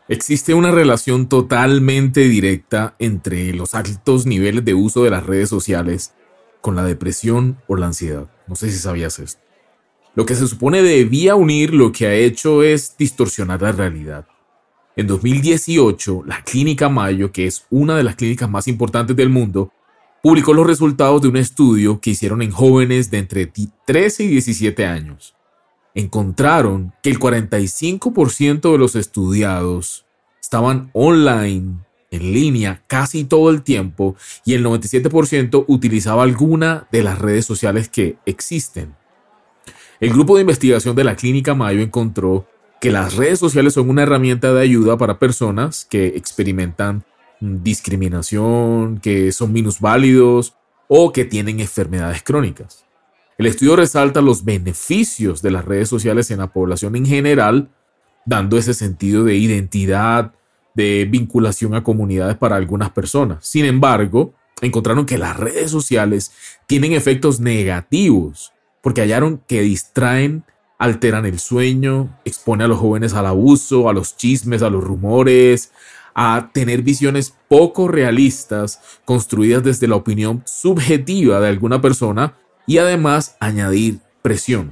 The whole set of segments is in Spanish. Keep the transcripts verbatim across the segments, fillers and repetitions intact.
Existe una relación totalmente directa entre los altos niveles de uso de las redes sociales con la depresión o la ansiedad. No sé si sabías esto. Lo que se supone debía unir, lo que ha hecho es distorsionar la realidad. En dos mil dieciocho, la Clínica Mayo, que es una de las clínicas más importantes del mundo, publicó los resultados de un estudio que hicieron en jóvenes de entre trece y diecisiete años. Encontraron que el cuarenta y cinco por ciento de los estudiados estaban online, en línea, casi todo el tiempo, y el noventa y siete por ciento utilizaba alguna de las redes sociales que existen. El grupo de investigación de la Clínica Mayo encontró que las redes sociales son una herramienta de ayuda para personas que experimentan discriminación, que son minusválidos o que tienen enfermedades crónicas. El estudio resalta los beneficios de las redes sociales en la población en general, dando ese sentido de identidad, de vinculación a comunidades para algunas personas. Sin embargo, encontraron que las redes sociales tienen efectos negativos, porque hallaron que distraen, alteran el sueño, expone a los jóvenes al abuso, a los chismes, a los rumores, a tener visiones poco realistas, construidas desde la opinión subjetiva de alguna persona, y además añadir presión.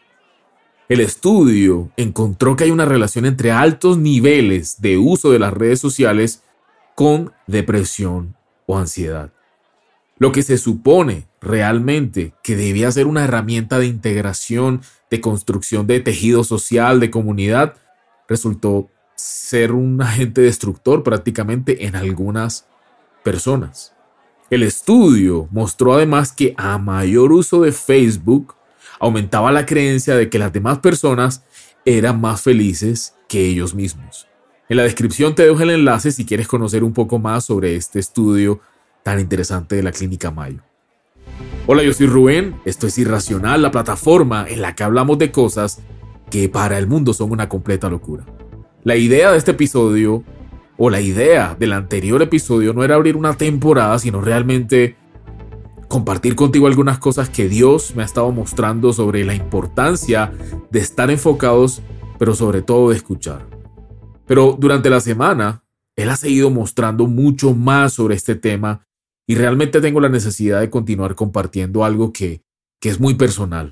El estudio encontró que hay una relación entre altos niveles de uso de las redes sociales con depresión o ansiedad. Lo que se supone realmente que debía ser una herramienta de integración, de construcción de tejido social, de comunidad, resultó ser un agente destructor prácticamente en algunas personas. El estudio mostró además que a mayor uso de Facebook, aumentaba la creencia de que las demás personas eran más felices que ellos mismos. En la descripción te dejo el enlace si quieres conocer un poco más sobre este estudio tan interesante de la Clínica Mayo. Hola, yo soy Rubén, esto es Irracional, la plataforma en la que hablamos de cosas que para el mundo son una completa locura. La idea de este episodio, o la idea del anterior episodio, no era abrir una temporada, sino realmente compartir contigo algunas cosas que Dios me ha estado mostrando sobre la importancia de estar enfocados, pero sobre todo de escuchar. Pero durante la semana, Él ha seguido mostrando mucho más sobre este tema y realmente tengo la necesidad de continuar compartiendo algo que, que es muy personal.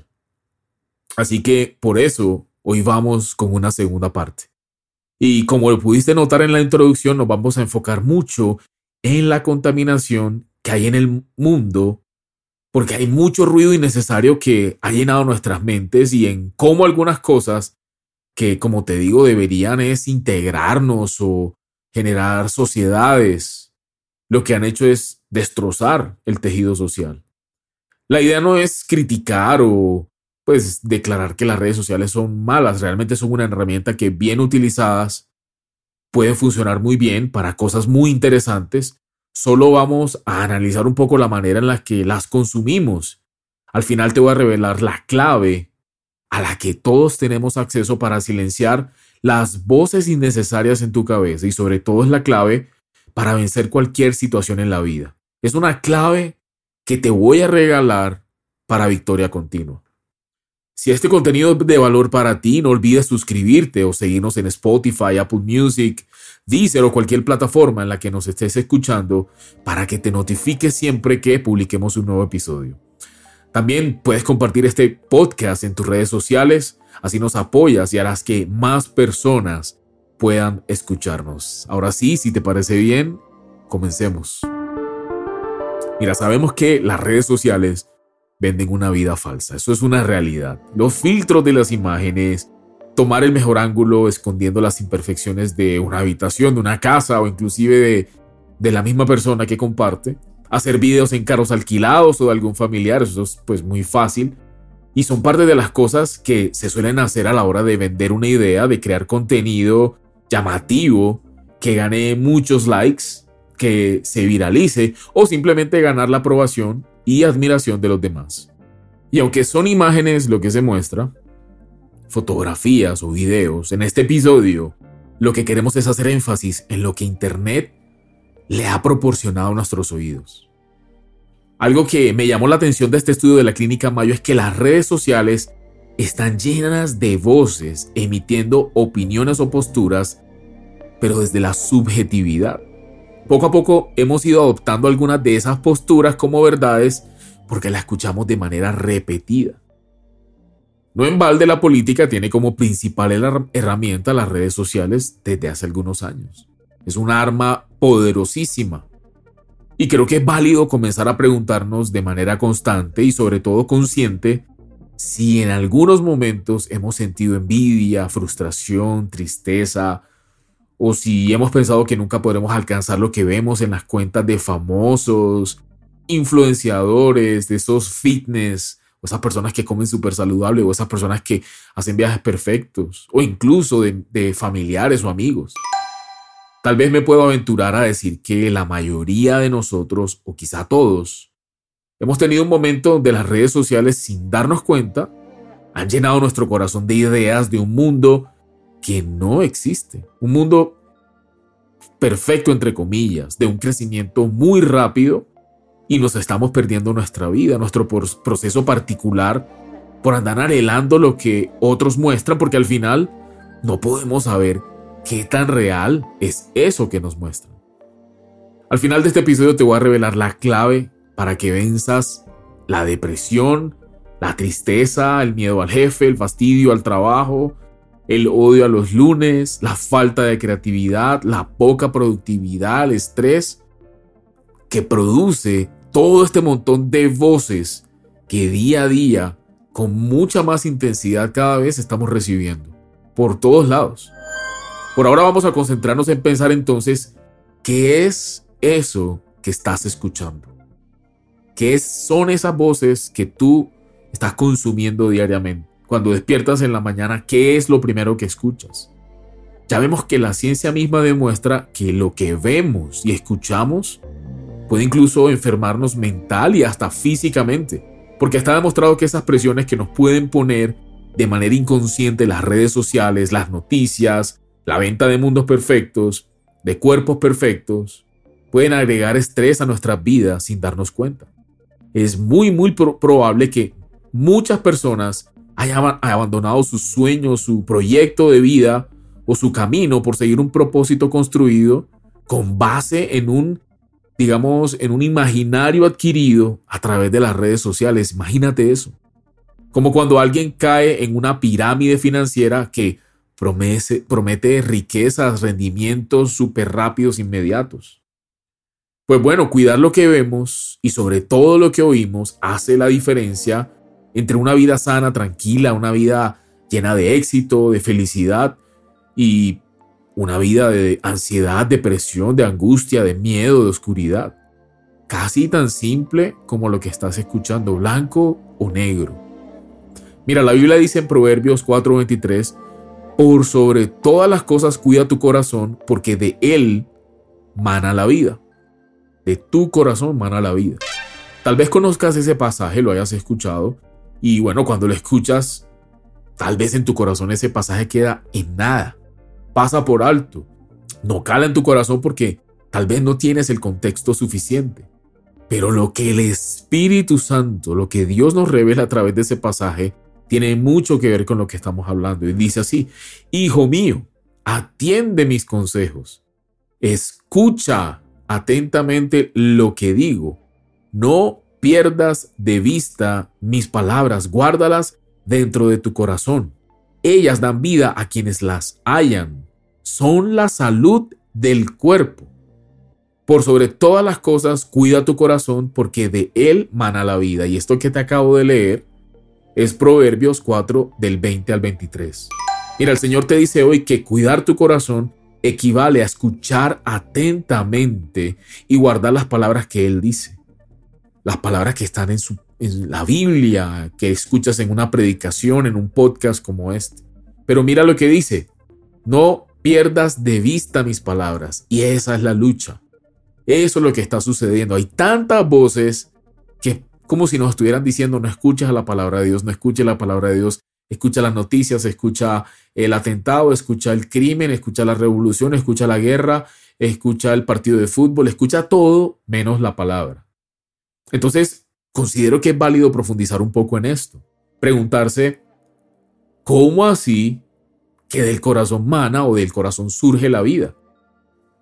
Así que por eso hoy vamos con una segunda parte. Y como lo pudiste notar en la introducción, nos vamos a enfocar mucho en la contaminación que hay en el mundo, porque hay mucho ruido innecesario que ha llenado nuestras mentes y en cómo algunas cosas que, como te digo, deberían es integrarnos o generar sociedades, lo que han hecho es destrozar el tejido social. La idea no es criticar o pues declarar que las redes sociales son malas, realmente son una herramienta que bien utilizadas pueden funcionar muy bien para cosas muy interesantes. Solo vamos a analizar un poco la manera en la que las consumimos. Al final te voy a revelar la clave a la que todos tenemos acceso para silenciar las voces innecesarias en tu cabeza y sobre todo es la clave para vencer cualquier situación en la vida. Es una clave que te voy a regalar para victoria continua. Si este contenido es de valor para ti, no olvides suscribirte o seguirnos en Spotify, Apple Music, Deezer o cualquier plataforma en la que nos estés escuchando para que te notifique siempre que publiquemos un nuevo episodio. También puedes compartir este podcast en tus redes sociales, así nos apoyas y harás que más personas puedan escucharnos. Ahora sí, si te parece bien, comencemos. Mira, sabemos que las redes sociales venden una vida falsa, eso es una realidad. Los filtros de las imágenes, tomar el mejor ángulo escondiendo las imperfecciones de una habitación, de una casa o inclusive de, de la misma persona que comparte, hacer videos en carros alquilados o de algún familiar, eso es pues muy fácil y son parte de las cosas que se suelen hacer a la hora de vender una idea, de crear contenido llamativo, que gane muchos likes, que se viralice o simplemente ganar la aprobación y admiración de los demás. Y aunque son imágenes lo que se muestra, fotografías o videos, en este episodio lo que queremos es hacer énfasis en lo que Internet le ha proporcionado a nuestros oídos. Algo que me llamó la atención de este estudio de la Clínica Mayo es que las redes sociales están llenas de voces emitiendo opiniones o posturas pero desde la subjetividad. Poco a poco hemos ido adoptando algunas de esas posturas como verdades porque las escuchamos de manera repetida. No en balde la política tiene como principal herramienta las redes sociales desde hace algunos años. Es un arma poderosísima. Y creo que es válido comenzar a preguntarnos de manera constante y sobre todo consciente si en algunos momentos hemos sentido envidia, frustración, tristeza, o si hemos pensado que nunca podremos alcanzar lo que vemos en las cuentas de famosos, influenciadores, de esos fitness, o esas personas que comen súper saludable, o esas personas que hacen viajes perfectos, o incluso de, de familiares o amigos. Tal vez me puedo aventurar a decir que la mayoría de nosotros, o quizá todos, hemos tenido un momento donde las redes sociales, sin darnos cuenta, han llenado nuestro corazón de ideas de un mundo que no existe. Un mundo perfecto, entre comillas, de un crecimiento muy rápido, y nos estamos perdiendo nuestra vida, nuestro proceso particular, por andar anhelando lo que otros muestran, porque al final no podemos saber qué tan real es eso que nos muestran. Al final de este episodio te voy a revelar la clave para que venzas la depresión, la tristeza, el miedo al jefe, el fastidio al trabajo, el odio a los lunes, la falta de creatividad, la poca productividad, el estrés que produce todo este montón de voces que día a día, con mucha más intensidad cada vez, estamos recibiendo por todos lados. Por ahora vamos a concentrarnos en pensar entonces qué es eso que estás escuchando. ¿Qué son esas voces que tú estás consumiendo diariamente? Cuando despiertas en la mañana, ¿qué es lo primero que escuchas? Ya vemos que la ciencia misma demuestra que lo que vemos y escuchamos puede incluso enfermarnos mental y hasta físicamente, porque está demostrado que esas presiones que nos pueden poner de manera inconsciente las redes sociales, las noticias, la venta de mundos perfectos, de cuerpos perfectos, pueden agregar estrés a nuestras vidas sin darnos cuenta. Es muy muy pro- probable que muchas personas hayan abandonado sus sueños, su proyecto de vida o su camino por seguir un propósito construido con base en un, digamos, en un imaginario adquirido a través de las redes sociales. Imagínate eso. Como cuando alguien cae en una pirámide financiera que promete, promete riquezas, rendimientos súper rápidos, inmediatos. Pues bueno, cuidar lo que vemos y sobre todo lo que oímos hace la diferencia entre una vida sana, tranquila, una vida llena de éxito, de felicidad y una vida de ansiedad, depresión, de angustia, de miedo, de oscuridad. Casi tan simple como lo que estás escuchando, blanco o negro. Mira, la Biblia dice en Proverbios cuatro veintitrés, por sobre todas las cosas cuida tu corazón, porque de él mana la vida. De tu corazón mana la vida. Tal vez conozcas ese pasaje, lo hayas escuchado, y bueno, cuando lo escuchas, tal vez en tu corazón ese pasaje queda en nada, pasa por alto, no cala en tu corazón porque tal vez no tienes el contexto suficiente. Pero lo que el Espíritu Santo, lo que Dios nos revela a través de ese pasaje, tiene mucho que ver con lo que estamos hablando. Y dice así: Hijo mío, atiende mis consejos, escucha atentamente lo que digo, no pierdas de vista mis palabras, guárdalas dentro de tu corazón. Ellas dan vida a quienes las hallan, son la salud del cuerpo. Por sobre todas las cosas, cuida tu corazón, porque de él mana la vida. Y esto que te acabo de leer es Proverbios cuatro, del veinte al veintitrés. Mira, el Señor te dice hoy que cuidar tu corazón equivale a escuchar atentamente y guardar las palabras que Él dice. Las palabras que están en, su, en la Biblia, que escuchas en una predicación, en un podcast como este. Pero mira lo que dice: no pierdas de vista mis palabras. Y esa es la lucha. Eso es lo que está sucediendo. Hay tantas voces que como si nos estuvieran diciendo: no escuches a la palabra de Dios, no escuches la palabra de Dios, escucha las noticias, escucha el atentado, escucha el crimen, escucha la revolución, escucha la guerra, escucha el partido de fútbol, escucha todo menos la palabra. Entonces, considero que es válido profundizar un poco en esto. Preguntarse: ¿cómo así que del corazón mana o del corazón surge la vida?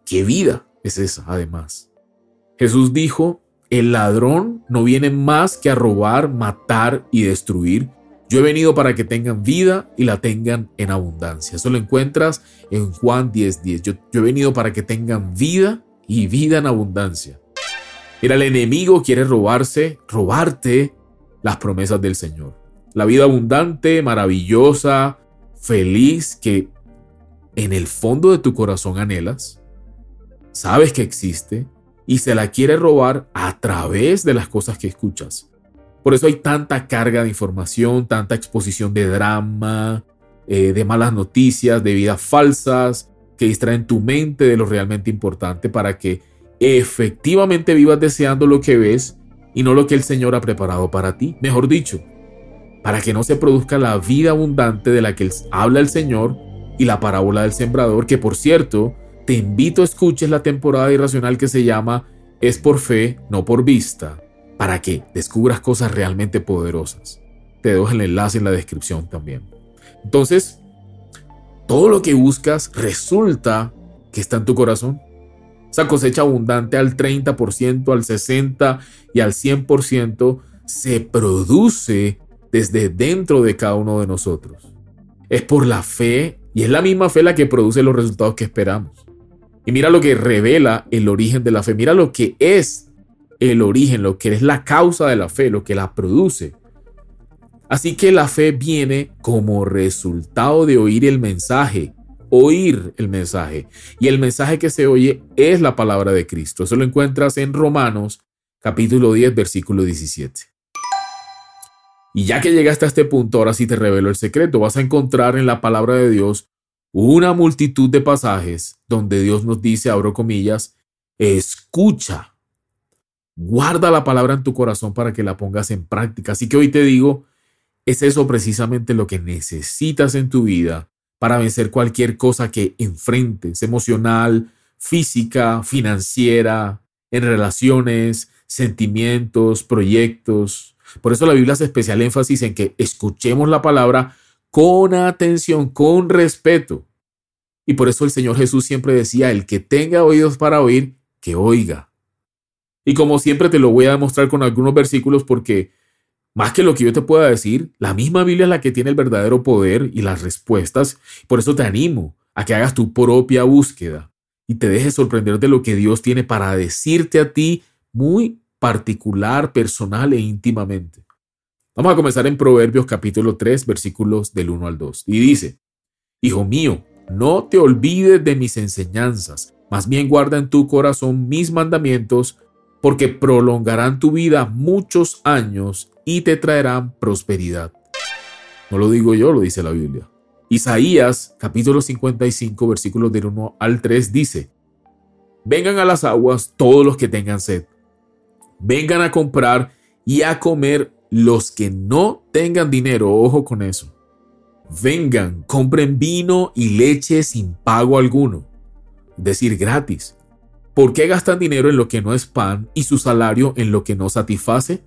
¿Qué vida es esa, además? Jesús dijo, el ladrón no viene más que a robar, matar y destruir. Yo he venido para que tengan vida y la tengan en abundancia. Eso lo encuentras en Juan diez diez. Yo, yo he venido para que tengan vida y vida en abundancia. Mira, el enemigo quiere robarse, robarte las promesas del Señor. La vida abundante, maravillosa, feliz, que en el fondo de tu corazón anhelas, sabes que existe y se la quiere robar a través de las cosas que escuchas. Por eso hay tanta carga de información, tanta exposición de drama, eh, de malas noticias, de vidas falsas que distraen tu mente de lo realmente importante para que efectivamente vivas deseando lo que ves y no lo que el Señor ha preparado para ti. Mejor dicho, para que no se produzca la vida abundante de la que habla el Señor y la parábola del sembrador, que por cierto, te invito a escuches la temporada irracional que se llama Es por fe, no por vista, para que descubras cosas realmente poderosas. Te dejo el enlace en la descripción también. Entonces, todo lo que buscas resulta que está en tu corazón. Esa cosecha abundante al treinta por ciento, al sesenta por ciento y al cien por ciento se produce desde dentro de cada uno de nosotros. Es por la fe y es la misma fe la que produce los resultados que esperamos. Y mira lo que revela el origen de la fe. Mira lo que es el origen, lo que es la causa de la fe, lo que la produce. Así que la fe viene como resultado de oír el mensaje, oír el mensaje. Y el mensaje que se oye es la palabra de Cristo. Eso lo encuentras en Romanos capítulo diez, versículo diecisiete. Y ya que llegaste a este punto, ahora sí te revelo el secreto. Vas a encontrar en la palabra de Dios una multitud de pasajes donde Dios nos dice, abro comillas, escucha. Guarda la palabra en tu corazón para que la pongas en práctica. Así que hoy te digo, es eso precisamente lo que necesitas en tu vida para vencer cualquier cosa que enfrentes, emocional, física, financiera, en relaciones, sentimientos, proyectos. Por eso la Biblia hace especial énfasis en que escuchemos la palabra con atención, con respeto. Y por eso el Señor Jesús siempre decía, el que tenga oídos para oír, que oiga. Y como siempre te lo voy a demostrar con algunos versículos porque más que lo que yo te pueda decir, la misma Biblia es la que tiene el verdadero poder y las respuestas. Por eso te animo a que hagas tu propia búsqueda y te dejes sorprender de lo que Dios tiene para decirte a ti muy particular, personal e íntimamente. Vamos a comenzar en Proverbios capítulo tres, versículos del uno al dos. Y dice, Hijo mío, no te olvides de mis enseñanzas, más bien guarda en tu corazón mis mandamientos, porque prolongarán tu vida muchos años y te traerán prosperidad. No lo digo yo, lo dice la Biblia. Isaías, capítulo cincuenta y cinco, versículos del uno al tres, dice, Vengan a las aguas todos los que tengan sed. Vengan a comprar y a comer los que no tengan dinero. Ojo con eso. Vengan, compren vino y leche sin pago alguno. Es decir, gratis. ¿Por qué gastan dinero en lo que no es pan y su salario en lo que no satisface?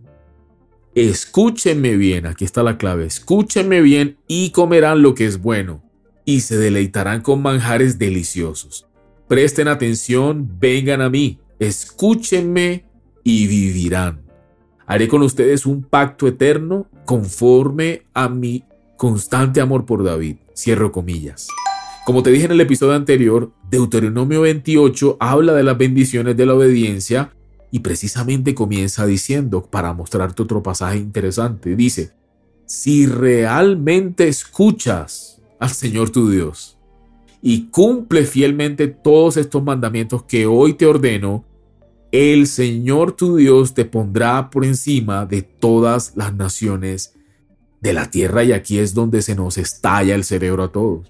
Escúchenme bien, aquí está la clave. Escúchenme bien y comerán lo que es bueno y se deleitarán con manjares deliciosos. Presten atención, vengan a mí, escúchenme y vivirán. Haré con ustedes un pacto eterno conforme a mi constante amor por David. Cierro comillas. Como te dije en el episodio anterior, Deuteronomio veintiocho habla de las bendiciones de la obediencia y precisamente comienza diciendo, para mostrarte otro pasaje interesante, dice, si realmente escuchas al Señor tu Dios y cumple fielmente todos estos mandamientos que hoy te ordeno, el Señor tu Dios te pondrá por encima de todas las naciones de la tierra. Y aquí es donde se nos estalla el cerebro a todos.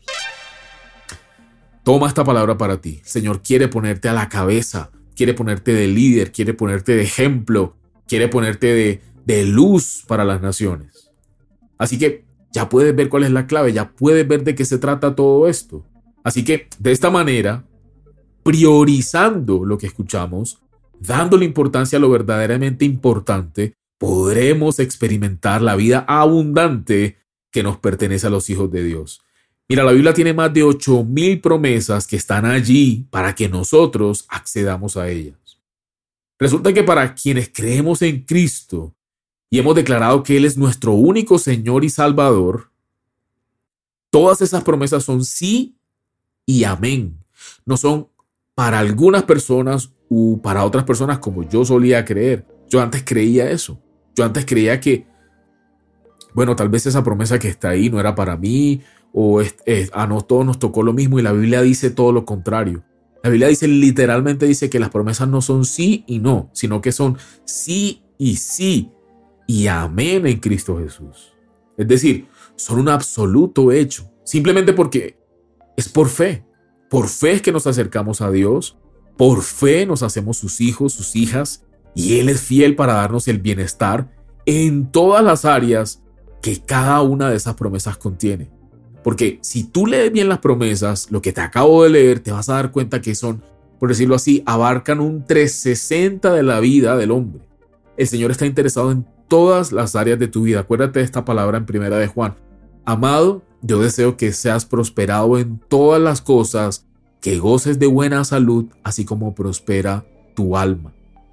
Toma esta palabra para ti. El Señor quiere ponerte a la cabeza, quiere ponerte de líder, quiere ponerte de ejemplo, quiere ponerte de, de luz para las naciones. Así que ya puedes ver cuál es la clave, ya puedes ver de qué se trata todo esto. Así que de esta manera, priorizando lo que escuchamos, dándole importancia a lo verdaderamente importante, podremos experimentar la vida abundante que nos pertenece a los hijos de Dios. Mira, la Biblia tiene más de ocho mil promesas que están allí para que nosotros accedamos a ellas. Resulta que para quienes creemos en Cristo y hemos declarado que Él es nuestro único Señor y Salvador, todas esas promesas son sí y amén. No son para algunas personas u para otras personas como yo solía creer. Yo antes creía eso. Yo antes creía que, bueno, tal vez esa promesa que está ahí no era para mí, o es, es, a no todos nos tocó lo mismo, y la Biblia dice todo lo contrario. La Biblia dice, literalmente dice que las promesas no son sí y no, sino que son sí y sí y amén en Cristo Jesús. Es decir, son un absoluto hecho, simplemente porque es por fe. Por fe es que nos acercamos a Dios, por fe nos hacemos sus hijos, sus hijas, y Él es fiel para darnos el bienestar en todas las áreas que cada una de esas promesas contiene. Porque si tú lees bien las promesas, lo que te acabo de leer, te vas a dar cuenta que son, por decirlo así, abarcan un trescientos sesenta de la vida del hombre. El Señor está interesado en todas las áreas de tu vida. Acuérdate de esta palabra en Primera de Juan. Amado, yo deseo que seas prosperado en todas las cosas, que goces de buena salud, así como prospera tu alma.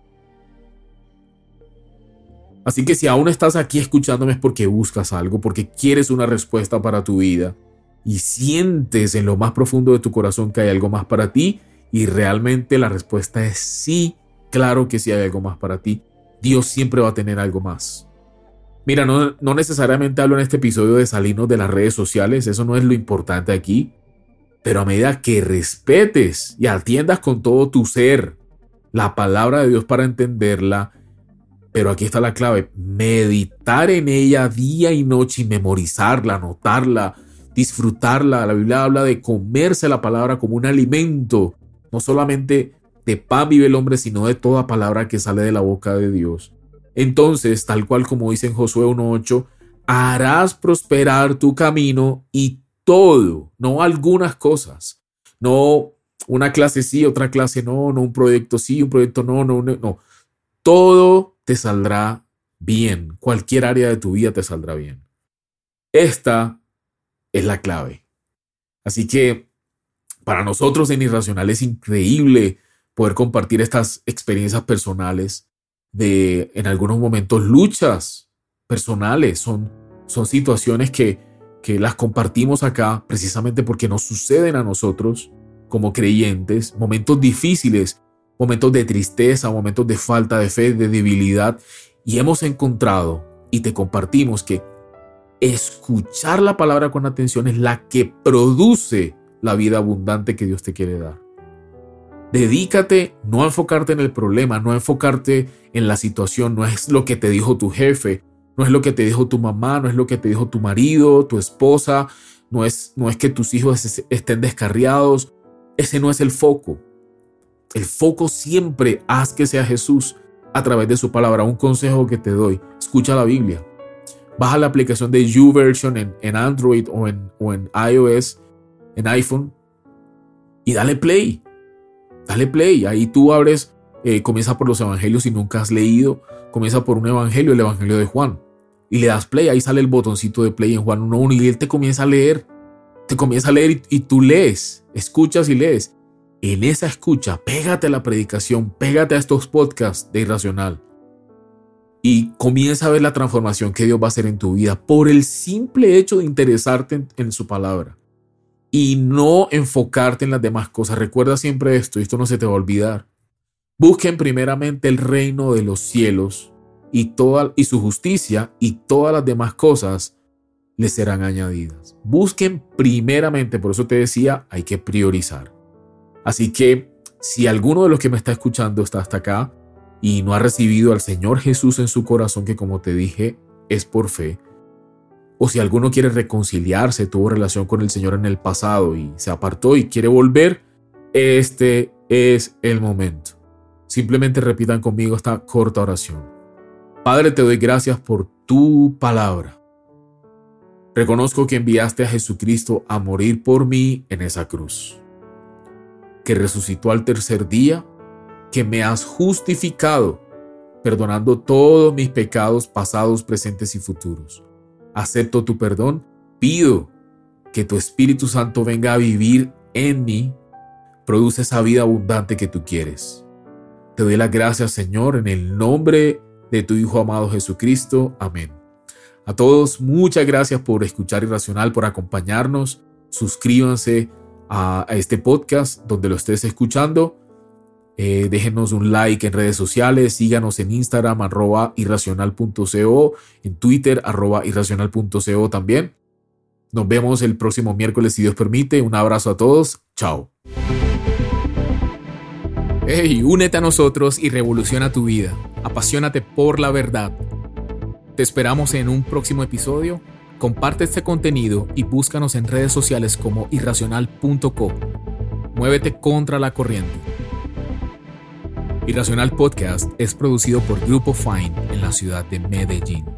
Así que si aún estás aquí escuchándome es porque buscas algo, porque quieres una respuesta para tu vida y sientes en lo más profundo de tu corazón que hay algo más para ti, y realmente la respuesta es sí, claro que sí hay algo más para ti. Dios siempre va a tener algo más. Mira, no, no necesariamente hablo en este episodio de salirnos de las redes sociales, eso no es lo importante aquí, pero a medida que respetes y atiendas con todo tu ser la palabra de Dios para entenderla, pero aquí está la clave, meditar en ella día y noche y memorizarla, anotarla, disfrutarla. La Biblia habla de comerse la palabra como un alimento, no solamente de pan vive el hombre, sino de toda palabra que sale de la boca de Dios. Entonces, tal cual como dice en Josué uno ocho, harás prosperar tu camino y todo, no algunas cosas, no una clase sí, otra clase no, no un proyecto sí, un proyecto no, no, no, no. Todo te saldrá bien. Cualquier área de tu vida te saldrá bien. Esta es la clave. Así que para nosotros en Irracional es increíble poder compartir estas experiencias personales de, en algunos momentos, luchas personales. Son, son situaciones que, que las compartimos acá precisamente porque nos suceden a nosotros como creyentes. Momentos difíciles, momentos de tristeza, momentos de falta de fe, de debilidad, y hemos encontrado y te compartimos que escuchar la palabra con atención es la que produce la vida abundante que Dios te quiere dar. Dedícate no a enfocarte en el problema, no a enfocarte en la situación, no es lo que te dijo tu jefe, no es lo que te dijo tu mamá, no es lo que te dijo tu marido, tu esposa, no es, no es que tus hijos estén descarriados, ese no es el foco. El foco siempre haz que sea Jesús a través de su palabra. Un consejo que te doy, escucha la Biblia. Baja la aplicación de YouVersion en, en Android o en, o en iOS, en iPhone, y dale play. Dale play. Ahí tú abres, eh, comienza por los evangelios si nunca has leído. Comienza por un evangelio, el evangelio de Juan. Y le das play. Ahí sale el botoncito de play en Juan uno uno y él te comienza a leer. Te comienza a leer y, y tú lees, escuchas y lees. En esa escucha, pégate a la predicación, pégate a estos podcasts de Irracional. Y comienza a ver la transformación que Dios va a hacer en tu vida por el simple hecho de interesarte en, en su palabra y no enfocarte en las demás cosas. Recuerda siempre esto, y esto no se te va a olvidar. Busquen primeramente el reino de los cielos y, toda, y su justicia, y todas las demás cosas les serán añadidas. Busquen primeramente, por eso te decía, hay que priorizar. Así que si alguno de los que me está escuchando está hasta acá y no ha recibido al Señor Jesús en su corazón, que como te dije es por fe, o si alguno quiere reconciliarse, tuvo relación con el Señor en el pasado y se apartó y quiere volver, este es el momento. Simplemente repitan conmigo esta corta oración. Padre, te doy gracias por tu palabra. Reconozco que enviaste a Jesucristo a morir por mí en esa cruz, que resucitó al tercer día, que me has justificado, perdonando todos mis pecados pasados, presentes y futuros. Acepto tu perdón, pido que tu Espíritu Santo venga a vivir en mí, produce esa vida abundante que tú quieres. Te doy las gracias, Señor, en el nombre de tu Hijo amado Jesucristo. Amén. A todos, muchas gracias por escuchar Irracional, por acompañarnos. Suscríbanse a, a este podcast donde lo estés escuchando. Eh, déjenos un like en redes sociales, síganos en Instagram, arroba irracional punto co, en Twitter, arroba irracional punto co también. Nos vemos el próximo miércoles si Dios permite. Un abrazo a todos. Chao. Hey, únete a nosotros y revoluciona tu vida. Apasionate por la verdad. Te esperamos en un próximo episodio. Comparte este contenido y búscanos en redes sociales como irracional punto co. Muévete contra la corriente. Irracional Podcast es producido por Grupo Fine en la ciudad de Medellín.